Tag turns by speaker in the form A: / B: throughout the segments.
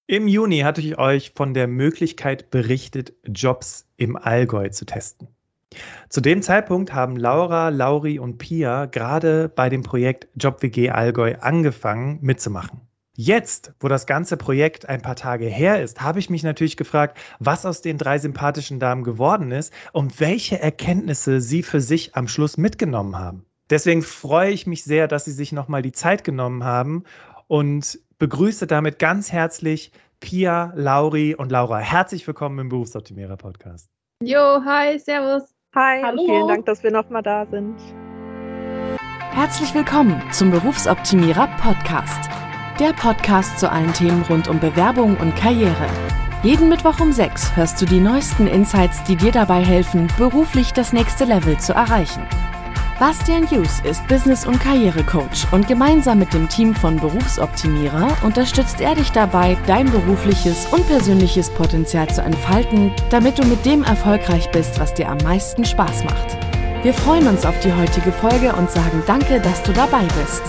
A: Im Juni hatte ich euch von der Möglichkeit berichtet, Jobs im Allgäu zu testen. Zu dem Zeitpunkt haben Laura, Lauri und Pia gerade bei dem Projekt JobWG Allgäu angefangen mitzumachen. Jetzt, wo das ganze Projekt ein paar Tage her ist, habe ich mich natürlich gefragt, was aus den drei sympathischen Damen geworden ist und welche Erkenntnisse sie für sich am Schluss mitgenommen haben. Deswegen freue ich mich sehr, dass sie sich nochmal die Zeit genommen haben und begrüße damit ganz herzlich Pia, Lauri und Laura. Herzlich willkommen im Berufsoptimierer Podcast.
B: Jo, hi, servus.
C: Hi
B: Hallo.
C: und vielen Dank, dass wir nochmal da sind.
D: Herzlich willkommen zum Berufsoptimierer Podcast. Der Podcast zu allen Themen rund um Bewerbung und Karriere. Jeden Mittwoch um 6 hörst du die neuesten Insights, die dir dabei helfen, beruflich das nächste Level zu erreichen. Bastian Hughes ist Business- und Karrierecoach und gemeinsam mit dem Team von Berufsoptimierer unterstützt er dich dabei, dein berufliches und persönliches Potenzial zu entfalten, damit du mit dem erfolgreich bist, was dir am meisten Spaß macht. Wir freuen uns auf die heutige Folge und sagen danke, dass du dabei bist.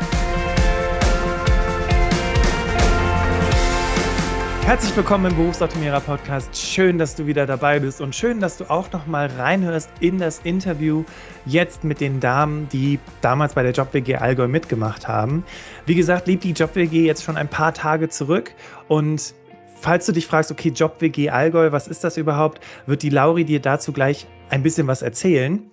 A: Herzlich willkommen im Berufsoptimierer Podcast. Schön, dass du wieder dabei bist und schön, dass du auch noch mal reinhörst in das Interview jetzt mit den Damen, die damals bei der JobWG Allgäu mitgemacht haben. Wie gesagt, liegt die JobWG jetzt schon ein paar Tage zurück und falls du dich fragst, okay, JobWG Allgäu, was ist das überhaupt, wird die Lauri dir dazu gleich ein bisschen was erzählen.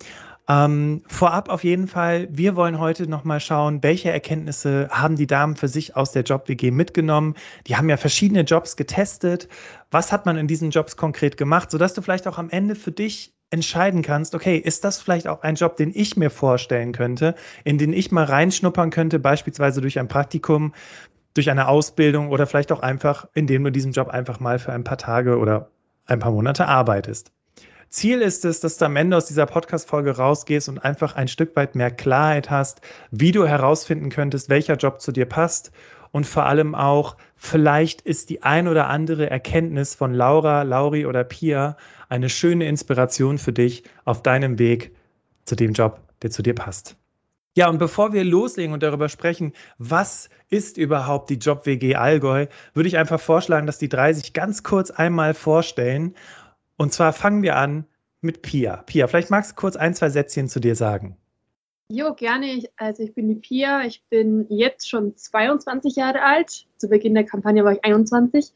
A: Vorab auf jeden Fall, wir wollen heute nochmal schauen, welche Erkenntnisse haben die Damen für sich aus der JobWG mitgenommen. Die haben ja verschiedene Jobs getestet. Was hat man in diesen Jobs konkret gemacht, sodass du vielleicht auch am Ende für dich entscheiden kannst, okay, ist das vielleicht auch ein Job, den ich mir vorstellen könnte, in den ich mal reinschnuppern könnte, beispielsweise durch ein Praktikum, durch eine Ausbildung oder vielleicht auch einfach, indem du diesen Job einfach mal für ein paar Tage oder ein paar Monate arbeitest. Ziel ist es, dass du am Ende aus dieser Podcast-Folge rausgehst und einfach ein Stück weit mehr Klarheit hast, wie du herausfinden könntest, welcher Job zu dir passt und vor allem auch, vielleicht ist die ein oder andere Erkenntnis von Laura, Lauri oder Pia eine schöne Inspiration für dich auf deinem Weg zu dem Job, der zu dir passt. Ja, und bevor wir loslegen und darüber sprechen, was ist überhaupt die JobWG Allgäu, würde ich einfach vorschlagen, dass die drei sich ganz kurz einmal vorstellen. Und zwar fangen wir an mit Pia. Pia, vielleicht magst du kurz ein, zwei Sätzchen zu dir sagen.
B: Jo, gerne. Ich bin die Pia. Ich bin jetzt schon 22 Jahre alt. Zu Beginn der Kampagne war ich 21.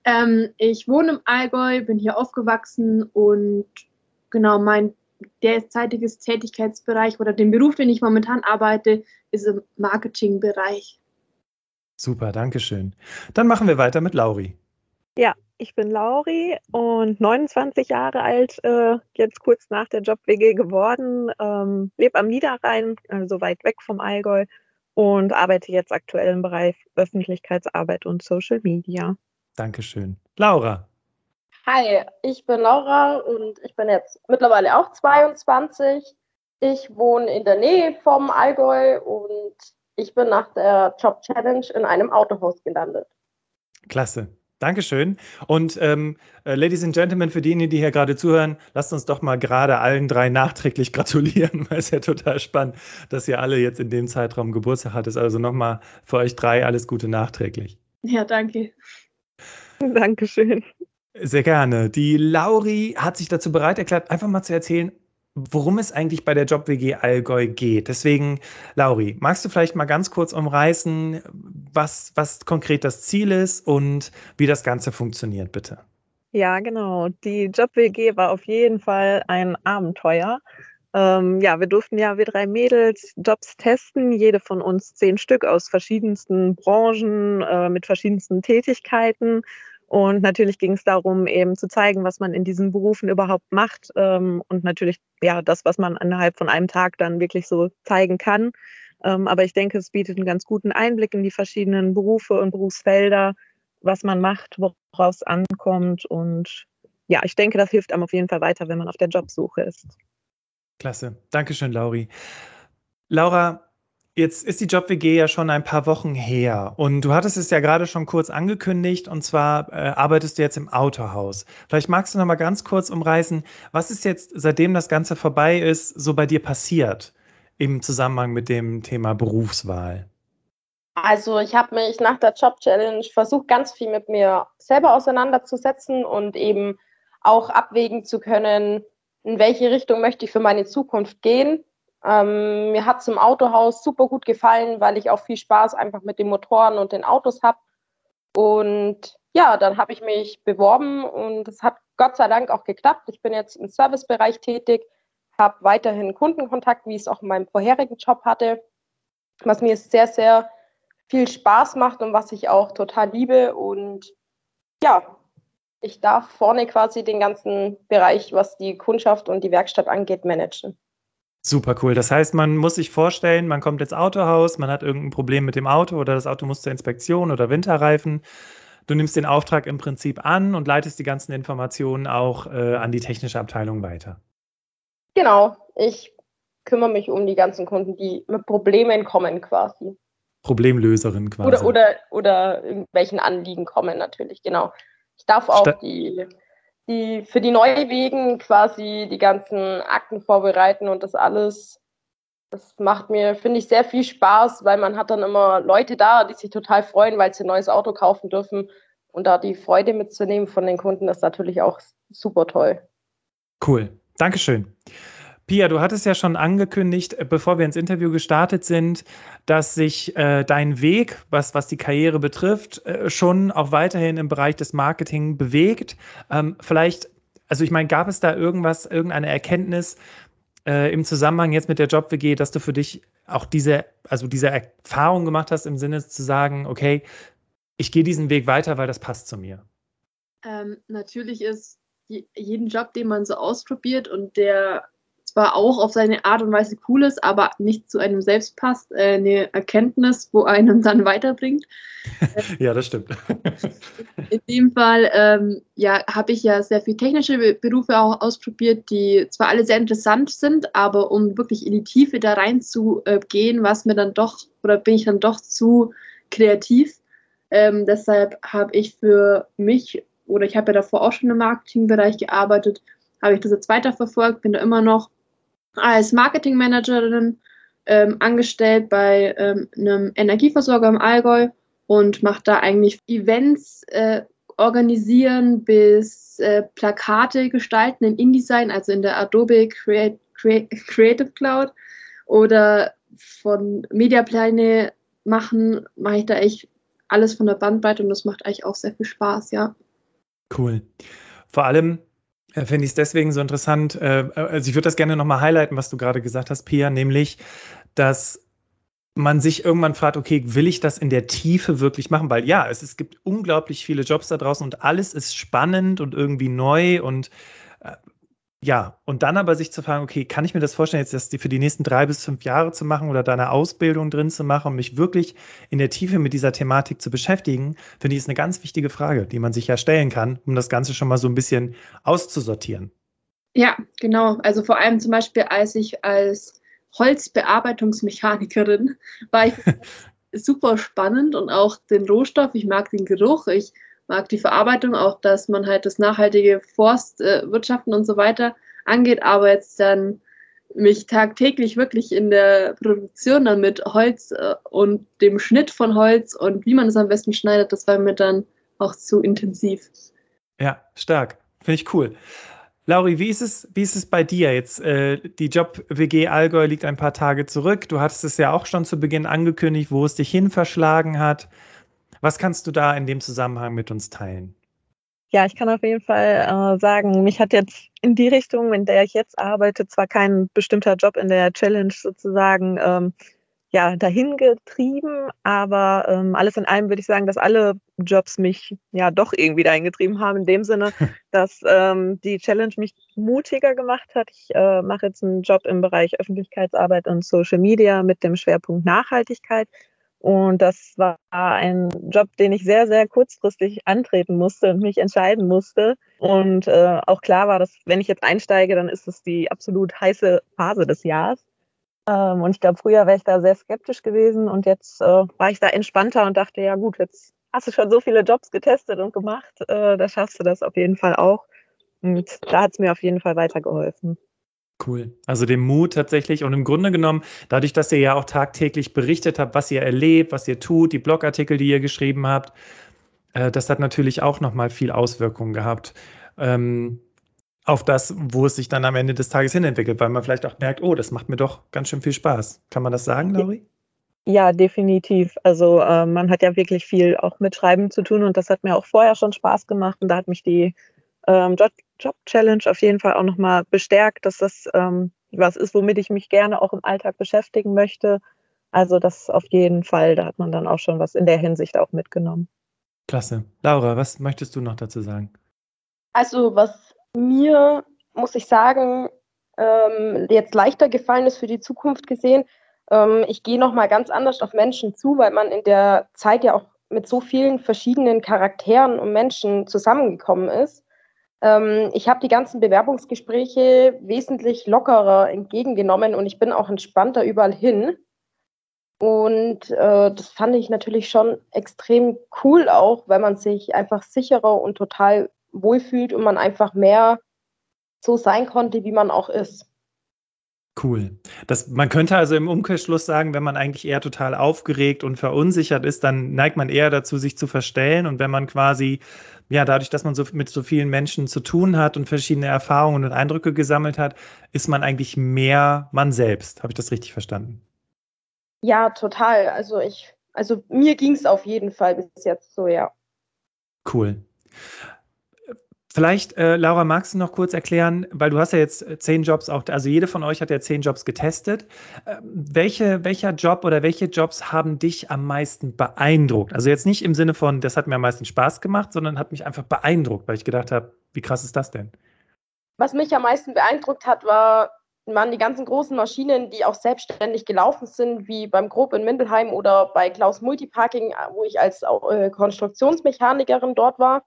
B: Ich wohne im Allgäu, bin hier aufgewachsen und genau mein derzeitiges Tätigkeitsbereich oder den Beruf, den ich momentan arbeite, ist im Marketingbereich.
A: Super, danke schön. Dann machen wir weiter mit Lauri.
C: Ja, ich bin Lauri und 29 Jahre alt, jetzt kurz nach der JobWG geworden, lebe am Niederrhein, also weit weg vom Allgäu und arbeite jetzt aktuell im Bereich Öffentlichkeitsarbeit und Social Media.
A: Dankeschön. Laura.
E: Hi, ich bin Laura und ich bin jetzt mittlerweile auch 22. Ich wohne in der Nähe vom Allgäu und ich bin nach der Job Challenge in einem Autohaus gelandet.
A: Klasse. Dankeschön. Und Ladies and Gentlemen, für diejenigen, die hier gerade zuhören, lasst uns doch mal gerade allen drei nachträglich gratulieren, weil es ja total spannend, dass ihr alle jetzt in dem Zeitraum Geburtstag hattet. Also nochmal für euch drei alles Gute nachträglich.
B: Ja, danke.
C: Dankeschön.
A: Sehr gerne. Die Lauri hat sich dazu bereit erklärt, einfach mal zu erzählen, worum es eigentlich bei der JobWG Allgäu geht. Deswegen, Lauri, magst du vielleicht mal ganz kurz umreißen, was konkret das Ziel ist und wie das Ganze funktioniert, bitte?
C: Ja, genau. Die JobWG war auf jeden Fall ein Abenteuer. Wir durften ja, wir drei Mädels, Jobs testen, jede von uns 10 Stück aus verschiedensten Branchen, mit verschiedensten Tätigkeiten. Und natürlich ging es darum, eben zu zeigen, was man in diesen Berufen überhaupt macht und natürlich das, was man innerhalb von einem Tag dann wirklich so zeigen kann. Aber ich denke, es bietet einen ganz guten Einblick in die verschiedenen Berufe und Berufsfelder, was man macht, worauf es ankommt. Und ja, ich denke, das hilft einem auf jeden Fall weiter, wenn man auf der Jobsuche ist.
A: Klasse. Dankeschön, Lauri. Laura, jetzt ist die JobWG ja schon ein paar Wochen her und du hattest es ja gerade schon kurz angekündigt und zwar arbeitest du jetzt im Autohaus. Vielleicht magst du noch mal ganz kurz umreißen, was ist jetzt, seitdem das Ganze vorbei ist, so bei dir passiert im Zusammenhang mit dem Thema Berufswahl?
E: Also ich habe mich nach der Job-Challenge versucht, ganz viel mit mir selber auseinanderzusetzen und eben auch abwägen zu können, in welche Richtung möchte ich für meine Zukunft gehen. Mir hat es im Autohaus super gut gefallen, weil ich auch viel Spaß einfach mit den Motoren und den Autos habe. Und ja, dann habe ich mich beworben und es hat Gott sei Dank auch geklappt. Ich bin jetzt im Servicebereich tätig, habe weiterhin Kundenkontakt, wie ich es auch in meinem vorherigen Job hatte, was mir sehr, sehr viel Spaß macht und was ich auch total liebe. Und ja, ich darf vorne quasi den ganzen Bereich, was die Kundschaft und die Werkstatt angeht, managen.
A: Super cool. Das heißt, man muss sich vorstellen, man kommt ins Autohaus, man hat irgendein Problem mit dem Auto oder das Auto muss zur Inspektion oder Winterreifen. Du nimmst den Auftrag im Prinzip an und leitest die ganzen Informationen auch an die technische Abteilung weiter.
E: Genau, ich kümmere mich um die ganzen Kunden, die mit Problemen kommen quasi.
A: Problemlöserin quasi.
E: Oder irgendwelchen Anliegen kommen natürlich, genau. Ich darf auch für die Neuwegen quasi die ganzen Akten vorbereiten und das alles. Das macht mir, finde ich, sehr viel Spaß, weil man hat dann immer Leute da, die sich total freuen, weil sie ein neues Auto kaufen dürfen. Und da die Freude mitzunehmen von den Kunden ist natürlich auch super toll.
A: Cool. Dankeschön. Pia, du hattest ja schon angekündigt, bevor wir ins Interview gestartet sind, dass sich dein Weg, was die Karriere betrifft, schon auch weiterhin im Bereich des Marketing bewegt. Vielleicht, also ich meine, gab es da irgendeine Erkenntnis im Zusammenhang jetzt mit der Job-WG, dass du für dich auch diese Erfahrung gemacht hast, im Sinne zu sagen, okay, ich gehe diesen Weg weiter, weil das passt zu mir?
B: Natürlich ist jeden Job, den man so ausprobiert und der zwar auch auf seine Art und Weise cool ist, aber nicht zu einem selbst passt, eine Erkenntnis, wo einem dann weiterbringt.
A: Ja, das stimmt.
B: In dem Fall habe ich ja sehr viele technische Berufe auch ausprobiert, die zwar alle sehr interessant sind, aber um wirklich in die Tiefe da rein zu gehen, bin ich dann doch zu kreativ. Deshalb habe ich für mich, oder ich habe ja davor auch schon im Marketingbereich gearbeitet, habe ich das jetzt weiterverfolgt, bin da immer noch als Marketingmanagerin angestellt bei einem Energieversorger im Allgäu und mache da eigentlich Events organisieren bis Plakate gestalten in InDesign, also in der Adobe Creative Cloud, oder von Mediapläne mache ich da echt alles von der Bandbreite und das macht eigentlich auch sehr viel Spaß, ja.
A: Cool. Vor allem finde ich es deswegen so interessant, also ich würde das gerne nochmal highlighten, was du gerade gesagt hast, Pia, nämlich, dass man sich irgendwann fragt, okay, will ich das in der Tiefe wirklich machen? Weil ja, es gibt unglaublich viele Jobs da draußen und alles ist spannend und irgendwie neu und und dann aber sich zu fragen, okay, kann ich mir das vorstellen, jetzt das für die nächsten 3 bis 5 Jahre zu machen oder da eine Ausbildung drin zu machen und mich wirklich in der Tiefe mit dieser Thematik zu beschäftigen, finde ich, ist eine ganz wichtige Frage, die man sich ja stellen kann, um das Ganze schon mal so ein bisschen auszusortieren.
B: Ja, genau. Also vor allem zum Beispiel, als ich als Holzbearbeitungsmechanikerin war ich super spannend und auch den Rohstoff, ich mag den Geruch, ich mag die Verarbeitung, auch dass man halt das nachhaltige Forstwirtschaften und so weiter angeht, aber jetzt dann mich tagtäglich wirklich in der Produktion dann mit Holz und dem Schnitt von Holz und wie man es am besten schneidet, das war mir dann auch zu intensiv.
A: Ja, stark. Finde ich cool. Lauri, wie ist es bei dir jetzt? Die Job-WG Allgäu liegt ein paar Tage zurück. Du hattest es ja auch schon zu Beginn angekündigt, wo es dich hin verschlagen hat. Was kannst du da in dem Zusammenhang mit uns teilen?
C: Ja, ich kann auf jeden Fall sagen, mich hat jetzt in die Richtung, in der ich jetzt arbeite, zwar kein bestimmter Job in der Challenge sozusagen dahin getrieben, aber alles in allem würde ich sagen, dass alle Jobs mich ja doch irgendwie dahin getrieben haben, in dem Sinne, dass die Challenge mich mutiger gemacht hat. Ich mache jetzt einen Job im Bereich Öffentlichkeitsarbeit und Social Media mit dem Schwerpunkt Nachhaltigkeit. Und das war ein Job, den ich sehr, sehr kurzfristig antreten musste und mich entscheiden musste. Und auch klar war, dass wenn ich jetzt einsteige, dann ist es die absolut heiße Phase des Jahres. Und ich glaube, früher wäre ich da sehr skeptisch gewesen und jetzt war ich da entspannter und dachte, ja gut, jetzt hast du schon so viele Jobs getestet und gemacht, da schaffst du das auf jeden Fall auch. Und da hat es mir auf jeden Fall weitergeholfen.
A: Cool. Also den Mut tatsächlich und im Grunde genommen, dadurch, dass ihr ja auch tagtäglich berichtet habt, was ihr erlebt, was ihr tut, die Blogartikel, die ihr geschrieben habt, das hat natürlich auch nochmal viel Auswirkungen gehabt auf das, wo es sich dann am Ende des Tages hinentwickelt, weil man vielleicht auch merkt, oh, das macht mir doch ganz schön viel Spaß. Kann man das sagen, Lauri?
C: Ja, definitiv. Also man hat ja wirklich viel auch mit Schreiben zu tun und das hat mir auch vorher schon Spaß gemacht und da hat mich die Job-Challenge auf jeden Fall auch nochmal bestärkt, dass das was ist, womit ich mich gerne auch im Alltag beschäftigen möchte. Also das auf jeden Fall, da hat man dann auch schon was in der Hinsicht auch mitgenommen.
A: Klasse. Laura, was möchtest du noch dazu sagen?
E: Also was mir, muss ich sagen, jetzt leichter gefallen ist für die Zukunft gesehen, ich gehe nochmal ganz anders auf Menschen zu, weil man in der Zeit ja auch mit so vielen verschiedenen Charakteren und Menschen zusammengekommen ist. Ich habe die ganzen Bewerbungsgespräche wesentlich lockerer entgegengenommen und ich bin auch entspannter überall hin. Und das fand ich natürlich schon extrem cool auch, weil man sich einfach sicherer und total wohlfühlt und man einfach mehr so sein konnte, wie man auch ist.
A: Cool. Man könnte also im Umkehrschluss sagen, wenn man eigentlich eher total aufgeregt und verunsichert ist, dann neigt man eher dazu, sich zu verstellen. Und wenn man quasi, ja, dadurch, dass man so mit so vielen Menschen zu tun hat und verschiedene Erfahrungen und Eindrücke gesammelt hat, ist man eigentlich mehr man selbst. Habe ich das richtig verstanden?
E: Ja, total. Also mir ging es auf jeden Fall bis jetzt so, ja.
A: Cool. Vielleicht, Laura, magst du noch kurz erklären, weil du hast ja jetzt 10 Jobs auch, also jede von euch hat ja 10 Jobs getestet. Welcher Job oder welche Jobs haben dich am meisten beeindruckt? Also jetzt nicht im Sinne von, das hat mir am meisten Spaß gemacht, sondern hat mich einfach beeindruckt, weil ich gedacht habe, wie krass ist das denn?
E: Was mich am meisten beeindruckt hat, waren die ganzen großen Maschinen, die auch selbstständig gelaufen sind, wie beim Grob in Mindelheim oder bei Klaus Multiparking, wo ich als Konstruktionsmechanikerin dort war.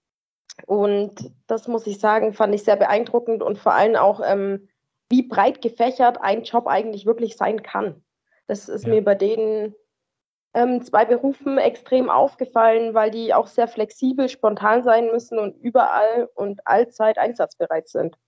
E: Und das muss ich sagen, fand ich sehr beeindruckend und vor allem auch, wie breit gefächert ein Job eigentlich wirklich sein kann. Das ist mir bei den 2 Berufen extrem aufgefallen, weil die auch sehr flexibel, spontan sein müssen und überall und allzeit einsatzbereit sind.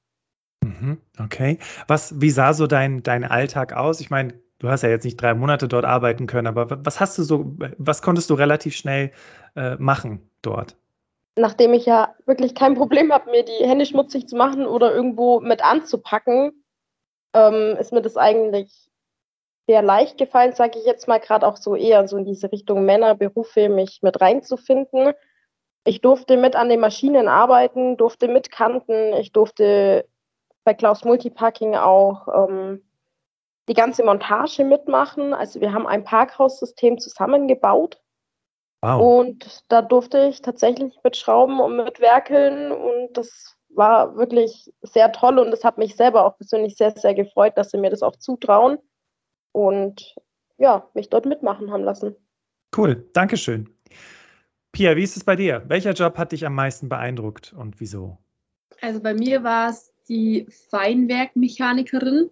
A: Okay. Wie sah so dein Alltag aus? Ich meine, du hast ja jetzt nicht 3 Monate dort arbeiten können, aber was konntest du relativ schnell machen dort?
E: Nachdem ich ja wirklich kein Problem habe, mir die Hände schmutzig zu machen oder irgendwo mit anzupacken, ist mir das eigentlich sehr leicht gefallen, sage ich jetzt mal, gerade auch so eher so in diese Richtung Männerberufe mich mit reinzufinden. Ich durfte mit an den Maschinen arbeiten, durfte mitkanten, ich durfte bei Klaus Multiparking auch die ganze Montage mitmachen. Also wir haben ein Parkhaussystem zusammengebaut.
A: Wow.
E: Und da durfte ich tatsächlich mitschrauben und mitwerkeln und das war wirklich sehr toll und das hat mich selber auch persönlich sehr, sehr gefreut, dass sie mir das auch zutrauen und ja, mich dort mitmachen haben lassen.
A: Cool, Dankeschön. Pia, wie ist es bei dir? Welcher Job hat dich am meisten beeindruckt und wieso?
B: Also bei mir war es die Feinwerkmechanikerin.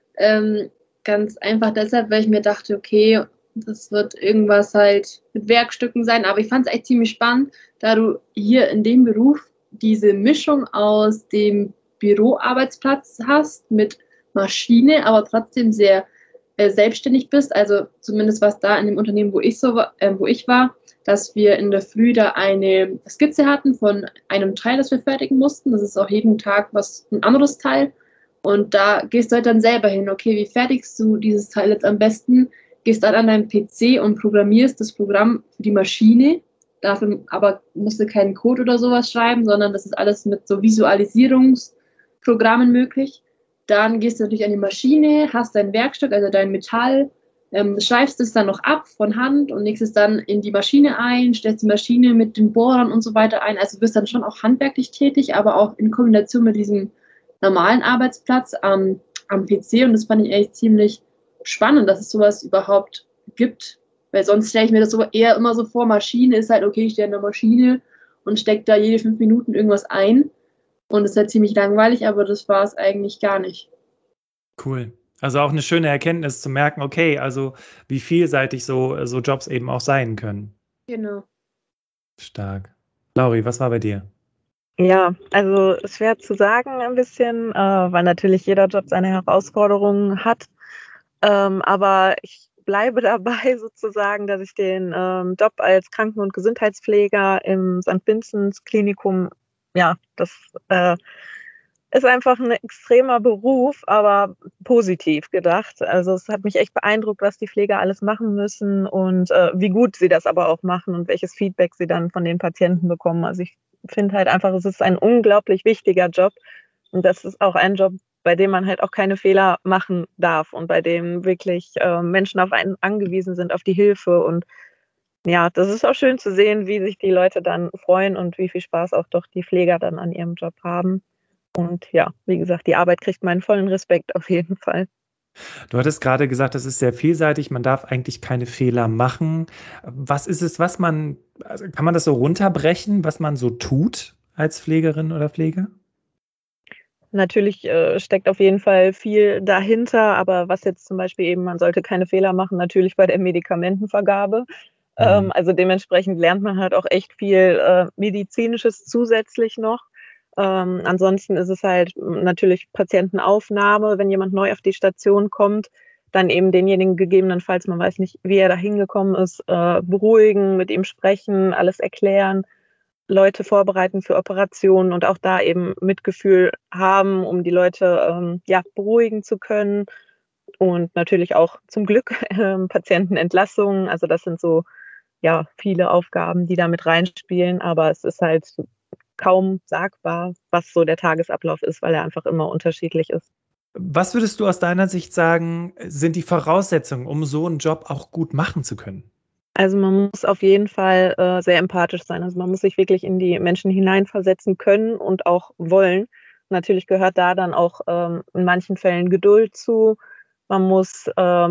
B: Ganz einfach deshalb, weil ich mir dachte, okay, das wird irgendwas halt mit Werkstücken sein. Aber ich fand es echt ziemlich spannend, da du hier in dem Beruf diese Mischung aus dem Büroarbeitsplatz hast mit Maschine, aber trotzdem sehr selbstständig bist. Also zumindest was da in dem Unternehmen, wo ich war, dass wir in der Früh da eine Skizze hatten von einem Teil, das wir fertigen mussten. Das ist auch jeden Tag ein anderes Teil. Und da gehst du halt dann selber hin, okay, wie fertigst du dieses Teil jetzt am besten? Gehst dann an deinem PC und programmierst das Programm für die Maschine. Dafür aber musst du keinen Code oder sowas schreiben, sondern das ist alles mit so Visualisierungsprogrammen möglich. Dann gehst du natürlich an die Maschine, hast dein Werkstück, also dein Metall, schreibst es dann noch ab von Hand und legst es dann in die Maschine ein, stellst die Maschine mit den Bohrern und so weiter ein. Also du bist dann schon auch handwerklich tätig, aber auch in Kombination mit diesem normalen Arbeitsplatz am PC und das fand ich echt ziemlich spannend, dass es sowas überhaupt gibt, weil sonst stelle ich mir das so eher immer so vor, Maschine ist halt, okay, ich stehe in der Maschine und stecke da jede 5 Minuten irgendwas ein und das ist halt ziemlich langweilig, aber das war es eigentlich gar nicht.
A: Cool. Also auch eine schöne Erkenntnis zu merken, okay, also wie vielseitig so Jobs eben auch sein können.
B: Genau.
A: Stark. Lauri, was war bei dir?
C: Ja, also schwer zu sagen ein bisschen, weil natürlich jeder Job seine Herausforderungen hat. Aber ich bleibe dabei sozusagen, dass ich den Job als Kranken- und Gesundheitspfleger im St. Vinzenz Klinikum, ja, das ist einfach ein extremer Beruf, aber positiv gedacht. Also es hat mich echt beeindruckt, was die Pfleger alles machen müssen und wie gut sie das aber auch machen und welches Feedback sie dann von den Patienten bekommen. Also ich finde halt einfach, es ist ein unglaublich wichtiger Job und das ist auch ein Job, bei dem man halt auch keine Fehler machen darf und bei dem wirklich Menschen auf einen angewiesen sind, auf die Hilfe. Und ja, das ist auch schön zu sehen, wie sich die Leute dann freuen und wie viel Spaß auch doch die Pfleger dann an ihrem Job haben. Und ja, wie gesagt, die Arbeit kriegt meinen vollen Respekt auf jeden Fall.
A: Du hattest gerade gesagt, das ist sehr vielseitig, man darf eigentlich keine Fehler machen. Was ist es, also kann man das so runterbrechen, was man so tut als Pflegerin oder Pfleger?
C: Natürlich steckt auf jeden Fall viel dahinter, aber was jetzt zum Beispiel eben, man sollte keine Fehler machen, natürlich bei der Medikamentenvergabe.
A: Mhm.
C: Also dementsprechend lernt man halt auch echt viel Medizinisches zusätzlich noch. Ansonsten ist es halt natürlich Patientenaufnahme, wenn jemand neu auf die Station kommt, dann eben denjenigen gegebenenfalls, man weiß nicht, wie er da hingekommen ist, beruhigen, mit ihm sprechen, alles erklären, Leute vorbereiten für Operationen und auch da eben Mitgefühl haben, um die Leute ja, beruhigen zu können. Und natürlich auch zum Glück Patientenentlassungen. Also das sind so ja viele Aufgaben, die da mit reinspielen, aber es ist halt kaum sagbar, was so der Tagesablauf ist, weil er einfach immer unterschiedlich ist.
A: Was würdest du aus deiner Sicht sagen, sind die Voraussetzungen, um so einen Job auch gut machen zu können?
C: Also man muss auf jeden Fall sehr empathisch sein. Also man muss sich wirklich in die Menschen hineinversetzen können und auch wollen. Natürlich gehört da dann auch in manchen Fällen Geduld zu. Man muss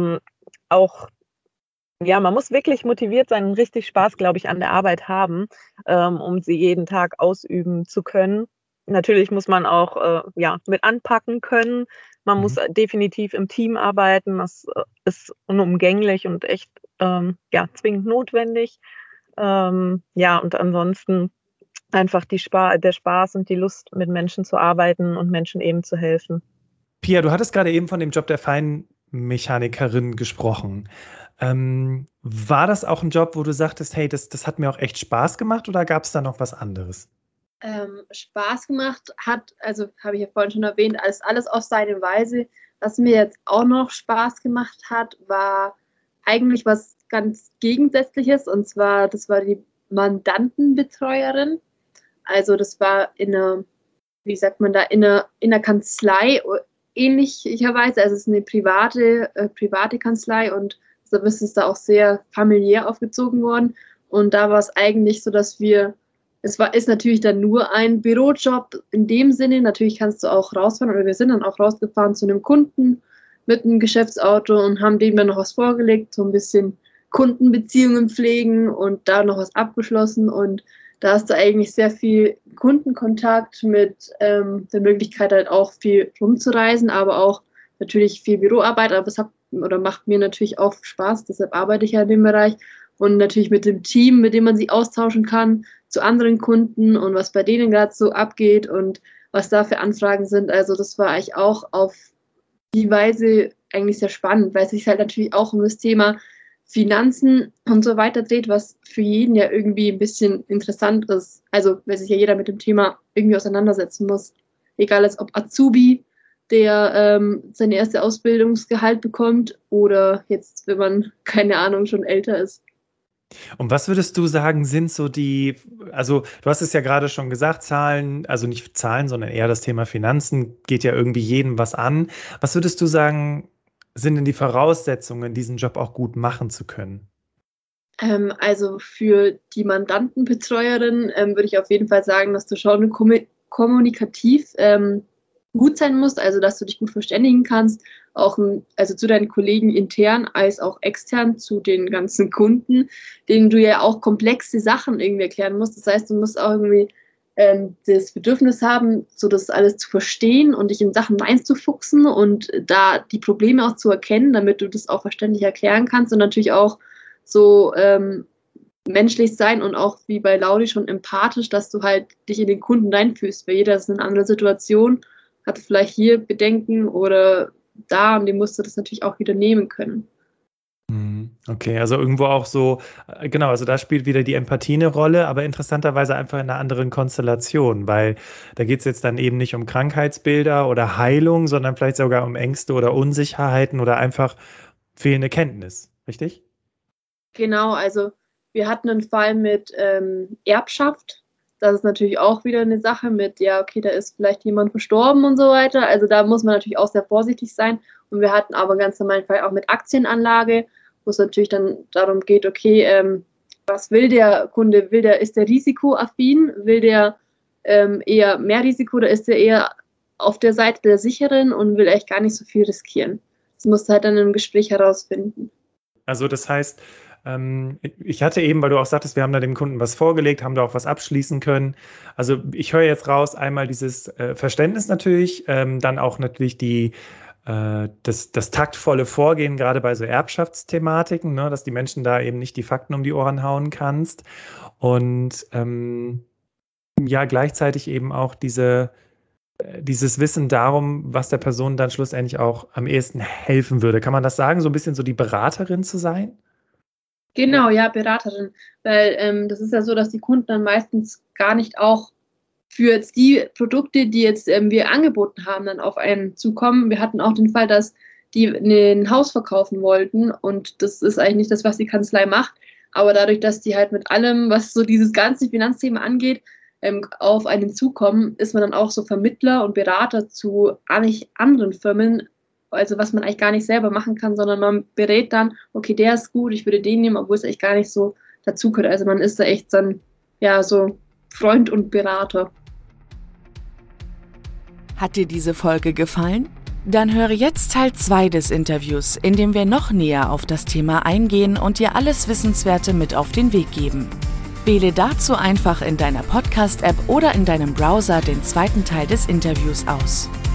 C: auch, ja, man muss wirklich motiviert sein und richtig Spaß, glaube ich, an der Arbeit haben, um sie jeden Tag ausüben zu können. Natürlich muss man auch ja, mit anpacken können. Man muss
A: Mhm.
C: definitiv im Team arbeiten. Das ist unumgänglich und echt ja, zwingend notwendig. Ja, und ansonsten einfach der Spaß und die Lust, mit Menschen zu arbeiten und Menschen eben zu helfen.
A: Pia, du hattest gerade eben von dem Job der Feinmechanikerin gesprochen. War das auch ein Job, wo du sagtest, hey, das hat mir auch echt Spaß gemacht oder gab es da noch was anderes?
B: Spaß gemacht hat, also habe ich ja vorhin schon erwähnt, alles auf seine Weise. Was mir jetzt auch noch Spaß gemacht hat, war eigentlich was ganz Gegensätzliches, und zwar, das war die Mandantenbetreuerin. Also das war wie sagt man da, in einer Kanzlei ähnlicherweise. Also es ist eine private Kanzlei, und da ist es da auch sehr familiär aufgezogen worden. Und da war es eigentlich so, dass ist natürlich dann nur ein Bürojob in dem Sinne. Natürlich kannst du auch rausfahren, oder wir sind dann auch rausgefahren zu einem Kunden mit einem Geschäftsauto und haben dem dann noch was vorgelegt, so ein bisschen Kundenbeziehungen pflegen und da noch was abgeschlossen. Und da hast du eigentlich sehr viel Kundenkontakt mit der Möglichkeit halt auch viel rumzureisen, aber auch natürlich viel Büroarbeit. Aber es macht mir natürlich auch Spaß, deshalb arbeite ich ja in dem Bereich. Und natürlich mit dem Team, mit dem man sich austauschen kann, zu anderen Kunden und was bei denen gerade so abgeht und was da für Anfragen sind. Also das war eigentlich auch auf die Weise eigentlich sehr spannend, weil es sich halt natürlich auch um das Thema Finanzen und so weiter dreht, was für jeden ja irgendwie ein bisschen interessant ist. Also, weil sich ja jeder mit dem Thema irgendwie auseinandersetzen muss. Egal, als ob Azubi, der sein erstes Ausbildungsgehalt bekommt, oder jetzt, wenn man, keine Ahnung, schon älter ist.
A: Und was würdest du sagen, sind so also du hast es ja gerade schon gesagt, Zahlen, also nicht Zahlen, sondern eher das Thema Finanzen geht ja irgendwie jedem was an. Was würdest du sagen, sind denn die Voraussetzungen, diesen Job auch gut machen zu können?
B: Also für die Mandantenbetreuerin würde ich auf jeden Fall sagen, dass du schon kommunikativ gut sein musst, also dass du dich gut verständigen kannst, auch also zu deinen Kollegen intern als auch extern zu den ganzen Kunden, denen du ja auch komplexe Sachen irgendwie erklären musst. Das heißt, du musst auch irgendwie das Bedürfnis haben, so das alles zu verstehen und dich in Sachen reinzufuchsen und da die Probleme auch zu erkennen, damit du das auch verständlich erklären kannst, und natürlich auch so menschlich sein und auch wie bei Lauri schon empathisch, dass du halt dich in den Kunden reinfühlst, weil jeder ist in einer anderen Situation, hatte vielleicht hier Bedenken oder da und die musst du das natürlich auch wieder nehmen können.
A: Okay, also irgendwo auch so, genau, also da spielt wieder die Empathie eine Rolle, aber interessanterweise einfach in einer anderen Konstellation, weil da geht es jetzt dann eben nicht um Krankheitsbilder oder Heilung, sondern vielleicht sogar um Ängste oder Unsicherheiten oder einfach fehlende Kenntnis, richtig?
B: Genau, also wir hatten einen Fall mit Erbschaft. Das ist natürlich auch wieder eine Sache mit, ja, okay, da ist vielleicht jemand verstorben und so weiter. Also da muss man natürlich auch sehr vorsichtig sein. Und wir hatten aber einen ganz normalen Fall auch mit Aktienanlage, wo es natürlich dann darum geht, okay, was will der Kunde? Ist der risikoaffin? Will der eher mehr Risiko oder ist der eher auf der Seite der Sicheren und will echt gar nicht so viel riskieren? Das musst du halt dann im Gespräch herausfinden.
A: Also das heißt, ich hatte eben, weil du auch sagtest, wir haben da dem Kunden was vorgelegt, haben da auch was abschließen können. Also ich höre jetzt raus, einmal dieses Verständnis natürlich, dann auch natürlich das taktvolle Vorgehen, gerade bei so Erbschaftsthematiken, ne, dass die Menschen da eben nicht die Fakten um die Ohren hauen kannst. Und ja, gleichzeitig eben auch dieses Wissen darum, was der Person dann schlussendlich auch am ehesten helfen würde. Kann man das sagen, so ein bisschen so die Beraterin zu sein?
B: Genau, ja, Beraterin. Weil das ist ja so, dass die Kunden dann meistens gar nicht auch für jetzt die Produkte, die jetzt wir angeboten haben, dann auf einen zukommen. Wir hatten auch den Fall, dass die ein Haus verkaufen wollten und das ist eigentlich nicht das, was die Kanzlei macht. Aber dadurch, dass die halt mit allem, was so dieses ganze Finanzthema angeht, auf einen zukommen, ist man dann auch so Vermittler und Berater zu eigentlich anderen Firmen, also was man eigentlich gar nicht selber machen kann, sondern man berät dann, okay, der ist gut, ich würde den nehmen, obwohl es eigentlich gar nicht so dazu gehört. Also man ist da echt dann, ja, so Freund und Berater.
D: Hat dir diese Folge gefallen? Dann höre jetzt Teil 2 des Interviews, in dem wir noch näher auf das Thema eingehen und dir alles Wissenswerte mit auf den Weg geben. Wähle dazu einfach in deiner Podcast-App oder in deinem Browser den zweiten Teil des Interviews aus.